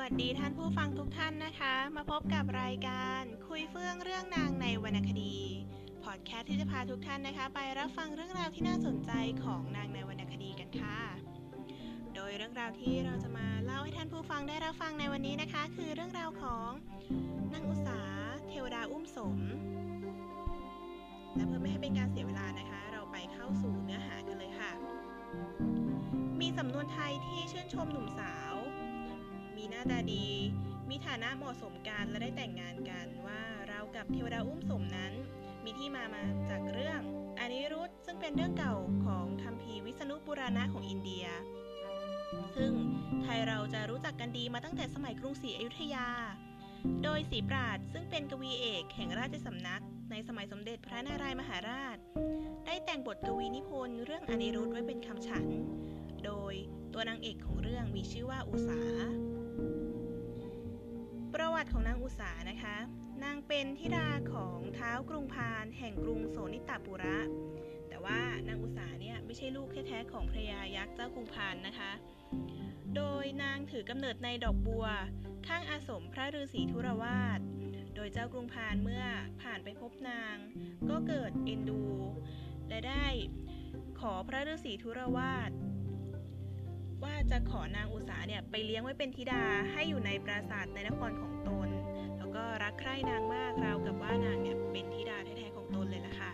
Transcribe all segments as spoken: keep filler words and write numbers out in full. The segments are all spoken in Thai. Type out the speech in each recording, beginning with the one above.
วัสดีท่านผู้ฟังทุกท่านนะคะมาพบกับรายการคุยเฟื่องเรื่องนางในวรรณคดีพอดแคสต์ที่จะพาทุกท่านนะคะไปรับฟังเรื่องราวที่น่าสนใจของนางในวรรณคดีกันค่ะโดยเรื่องราวที่เราจะมาเล่าให้ท่านผู้ฟังได้รับฟังในวันนี้นะคะคือเรื่องราวของนางอุษาเทวดาอุ้มสมและเพื่อไม่ให้เป็นการเสียเวลานะคะเราไปเข้าสู่เนื้อหากันเลยค่ะมีสำนวนไทยที่ชื่นชมหนุ่มสาวมีหน้าตาดีมีฐานะเหมาะสมกันและได้แต่งงานกันว่าเรากับเทวดาอุ้มสมนั้นมีที่มามาจากเรื่องอนิรุทธซึ่งเป็นเรื่องเก่าของคัมภีร์วิษณุปุราณะของอินเดียซึ่งไทยเราจะรู้จักกันดีมาตั้งแต่สมัยกรุงศรีอยุธยาโดยศรีปราชญ์ซึ่งเป็นกวีเอกแห่งราชสำนักในสมัยสมเด็จพระนารายมหาราชได้แต่งบทกวีนิพนธ์เรื่องอนิรุทธไว้เป็นคำฉันโดยตัวนางเอกของเรื่องมีชื่อว่าอุษาประวัติของนางอุษานะคะนางเป็นธิดาของท้าวกรุงพาลแห่งกรุงโสนิตปุระแต่ว่านางอุษาเนี่ยไม่ใช่ลูกแท้ๆของพระยายักษ์เจ้ากรุงพาลนะคะโดยนางถือกำเนิดในดอกบัวข้างอาสมพระฤาษีธุรวาสโดยเจ้ากรุงพาลเมื่อผ่านไปพบนางก็เกิดเอ็นดูและได้ขอพระฤาษีธุรวาสว่าจะขอนางอุษาเนี่ยไปเลี้ยงไว้เป็นธิดาให้อยู่ในปราสาทในนครของตนแล้วก็รักใคร่นางมากราวกับว่านางเนี่ยเป็นธิดาแท้ๆของตนเลยล่ะค่ะ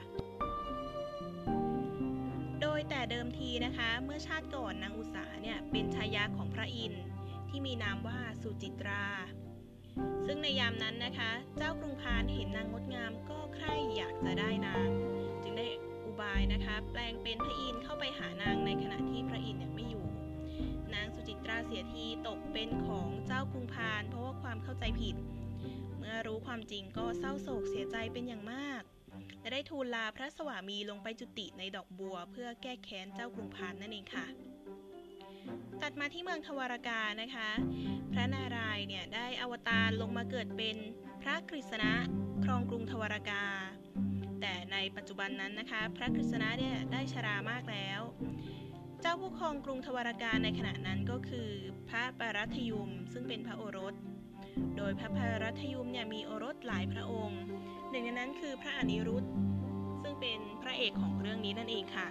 โดยแต่เดิมทีนะคะเมื่อชาติก่อนนางอุษาเนี่ยเป็นชายาของพระอินทร์ที่มีนามว่าสุจิตราซึ่งในยามนั้นนะคะเจ้ากรุงพาลเห็นนางงดงามก็ใคร่อยากจะได้นางจึงได้อุบายนะคะแปลงเป็นพระอินทร์เข้าไปหานางในขณะที่พระอินทร์เนี่ยไม่อยู่นางสุจิตราเสียทีตกเป็นของเจ้ากรุงพาลเพราะว่าความเข้าใจผิดเมื่อรู้ความจริงก็เศร้าโศกเสียใจเป็นอย่างมากและได้ทูลลาพระสวามีลงไปจุติในดอกบัวเพื่อแก้แค้นเจ้ากรุงพาลนั่นเองค่ะตัดมาที่เมืองทวารากานะคะพระนารายณ์เนี่ยได้อวตารลงมาเกิดเป็นพระกฤษณะครองกรุงทวารากาแต่ในปัจจุบันนั้นนะคะพระกฤษณะเนี่ยได้ชรามากแล้วเจ้าผู้ครองกรุงทวารากาในขณะนั้นก็คือพระปรัฐยุมซึ่งเป็นพระโอรสโดยพระปรัฐยุมเนี่ยมีโอรสหลายพระองค์หนึ่งในนั้นคือพระอนิรุทธซึ่งเป็นพระเอกของเรื่องนี้นั่นเองค่ะ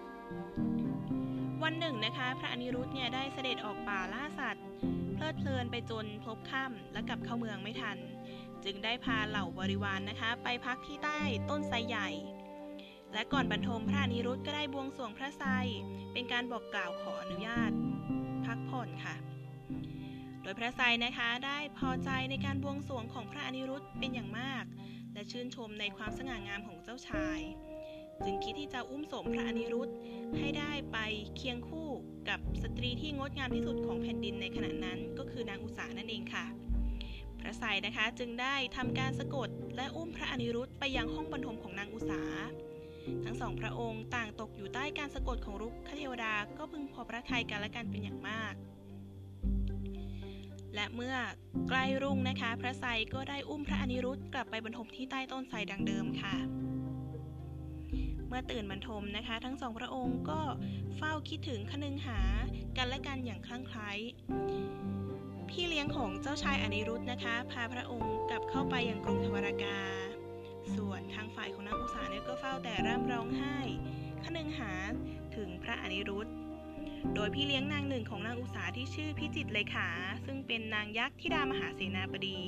วันหนึ่งนะคะพระอนิรุทธเนี่ยได้เสด็จออกป่าล่าสัตว์เพลิดเพลินไปจนพลบค่ำและกลับเข้าเมืองไม่ทันจึงได้พาเหล่าบริวาร น, นะคะไปพักที่ใต้ต้นไทรใหญ่และก่อนบรรทมพระอนิรุทธก็ได้บวงสรวงพระไทรเป็นการบอกกล่าวขออนุญาตพักผ่อนค่ะโดยพระไทรนะคะได้พอใจในการบวงสรวงของพระอนิรุทธเป็นอย่างมากและชื่นชมในความสง่างามของเจ้าชายจึงคิดที่จะอุ้มสมพระอนิรุทธให้ได้ไปเคียงคู่กับสตรีที่งดงามที่สุดของแผ่นดินในขณะนั้นก็คือนางอุษานั่นเองค่ะพระไทรนะคะจึงได้ทำการสะกดและอุ้มพระอนิรุทธไปยังห้องบรรทมของนางอุษาทั้งสองพระองค์ต่างตกอยู่ใต้การสะกดของรุกขเทวดาก็พึงพอพระทัยกันและกันเป็นอย่างมากและเมื่อใกล้รุ่งนะคะพระไทรก็ได้อุ้มพระอนิรุทธกลับไปบรรทมที่ใต้ต้นไทรดังเดิมค่ะเมื่อตื่นบรรทมนะคะทั้งสองพระองค์ก็เฝ้าคิดถึงคนึงหากันและกันอย่างคลั่งไคล้พี่เลี้ยงของเจ้าชายอนิรุทธนะคะพาพระองค์กลับเข้าไปยังกรุงทวารากาส่วนทางฝ่ายของนางอุษาเนี่ยก็เฝ้าแต่ร่ำร้องไห้คนึงหาถึงพระอนิรุทธโดยพี่เลี้ยงนางหนึ่งของนางอุษาที่ชื่อพิจิตรเลขาซึ่งเป็นนางยักษ์ธิดามหาเสนาบดี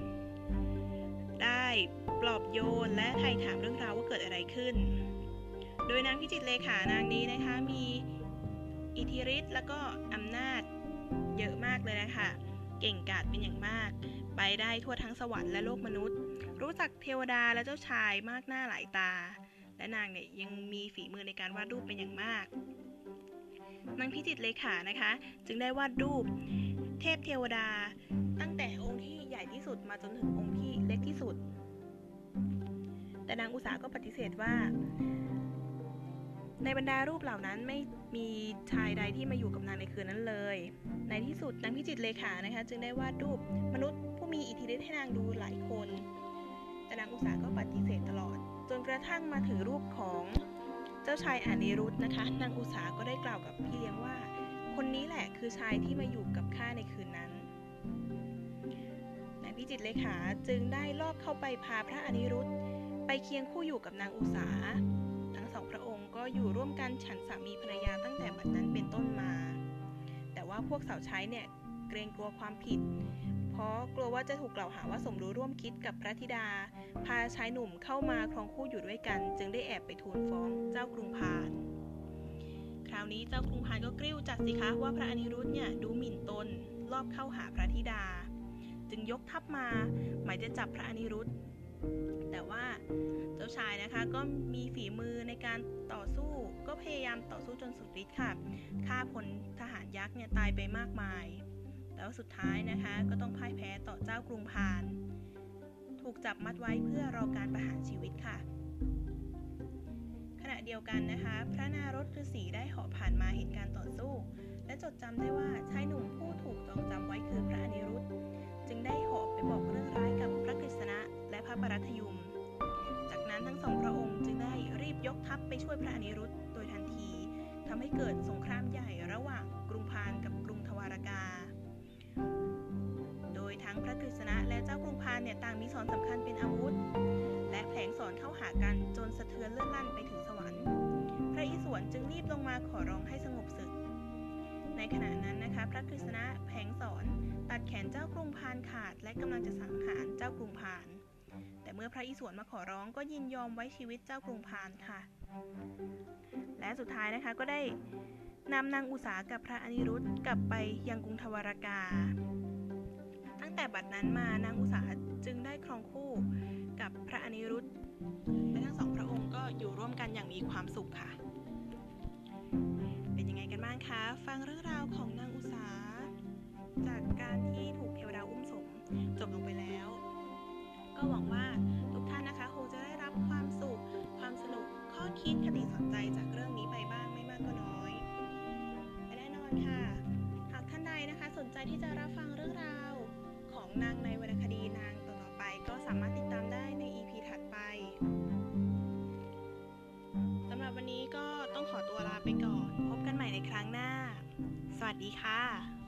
ได้ปลอบโยนและไถ่ถามเรื่องราวว่าเกิดอะไรขึ้นโดยนางพิจิตรเลขานางนี้นะคะมีอิทธิฤทธิ์และก็อำนาจเยอะมากเลยนะคะเก่งกาจเป็นอย่างมากไปได้ทั่วทั้งสวรรค์และโลกมนุษย์รู้จักเทวดาและเจ้าชายมากหน้าหลายตาและนางเนี่ยยังมีฝีมือในการวาดรูปเป็นอย่างมากนางพิจิตรเลขานะคะจึงได้วาดรูปเทพเทวดาตั้งแต่องค์ที่ใหญ่ที่สุดมาจนถึงองค์ที่เล็กที่สุดแต่นางอุษาก็ปฏิเสธว่าในบรรดารูปเหล่านั้นไม่มีชายใดที่มาอยู่กับนางในคืนนั้นเลยในที่สุดนางพิจิตรเลขานะคะจึงได้วาดรูปมนุษย์ผู้มีอิทธิฤทธิ์ให้นางดูหลายคนแต่นางอุษาก็ปฏิเสธตลอดจนกระทั่งมาถึงรูปของเจ้าชายอนิรุทธนะคะนางอุษาก็ได้กล่าวกับพี่เลี้ยงว่าคนนี้แหละคือชายที่มาอยู่กับข้าในคืนนั้นพิจิตรเลขาจึงได้ลอบเข้าไปพาพระอนิรุตไปเคียงคู่อยู่กับนางอุษาทั้งสองพระองค์ก็อยู่ร่วมกันฉันสามีภรรยาตั้งแต่บัดนั้นเป็นต้นมาแต่ว่าพวกสาวใช้เนี่ยเกรงกลัวความผิดเพราะกลัวว่าจะถูกกล่าวหาว่าสมรู้ร่วมคิดกับพระธิดาพาชายหนุ่มเข้ามาครองคู่อยู่ด้วยกันจึงได้แอบไปทูลฟ้องเจ้ากรุงพาลคราวนี้เจ้ากรุงพาลก็กริ้วจัดสิคะว่าพระอนิรุตเนี่ยดูหมิ่นตนลอบเข้าหาพระธิดาจึงยกทัพมาหมายจะจับพระอนิรุตแต่ว่าเจ้าชายนะคะก็มีฝีมือในการต่อสู้ก็พยายามต่อสู้จนสุดฤทธิ์ค่ะฆ่าพลทหารยักษ์เนี่ยตายไปมากมายแล้วสุดท้ายนะคะก็ต้องพ่ายแพ้ต่อเจ้ากรุงพาลถูกจับมัดไว้เพื่อรอการประหารชีวิตค่ะขณะเดียวกันนะคะพระนารถฤาษีได้เหาะผ่านมาเห็นการต่อสู้และจดจำได้ว่าชายหนุ่มผู้ถูกจองจำไว้คือพระอนิรุตจึงได้เหาะไปบอกเรื่องร้ายกับพระกฤษณะและพระปรัตถยุมจากนั้นทั้งสองพระองค์จึงได้รีบยกทัพไปช่วยพระอนิรุตโดยทันทีทำให้เกิดสงครามใหญ่ระหว่างกรุงพาลกับกรุงทวารกาโดยทั้งพระกฤษณะและเจ้ากรุงพาลเนี่ยต่างมีศรสำคัญเป็นอาวุธและแผลงศรเข้าหากันจนสะเทือนเลื่อนลั่นไปถึงสวรรค์พระอิศวรจึงรีบลงมาขอร้องให้สงบศึกในขณะนั้นนะคะพระกฤษณะแผลงศรตัดแขนเจ้ากรุงพาลขาดและกำลังจะสังหารเจ้ากรุงพาลแต่เมื่อพระอิศวรมาขอร้องก็ยินยอมไว้ชีวิตเจ้ากรุงพาลค่ะและสุดท้ายนะคะก็ได้นำนางอุษากับพระอนิรุตกลับไปยังกรุงทวารกาตั้งแต่บัดนั้นมานางอุษาจึงได้ครองคู่กับพระอนิรุตและทั้งสองพระองค์ก็อยู่ร่วมกันอย่างมีความสุขค่ะเป็นยังไงกันบ้างคะฟังเรื่องราวของนางอุษาจากการที่ถูกเทวดาอุ้มสมจบลงไปแล้วก็หวังว่าทุกท่านนะคะคงจะได้รับความสุขความสนุกข้อคิดคติสอนใจจากเรื่องนี้ไปบ้างไม่มากก็น้อยและแน่นอนค่ะหากท่านใดนะคะสนใจที่จะรับฟังเรื่องราวของนางในวรรณคดีนางต่อๆไปก็สามารถติดตามได้ใน อี พี ถัดไปสำหรับวันนี้ก็ต้องขอตัวลาไปก่อนพบกันใหม่ในครั้งหน้าสวัสดีค่ะ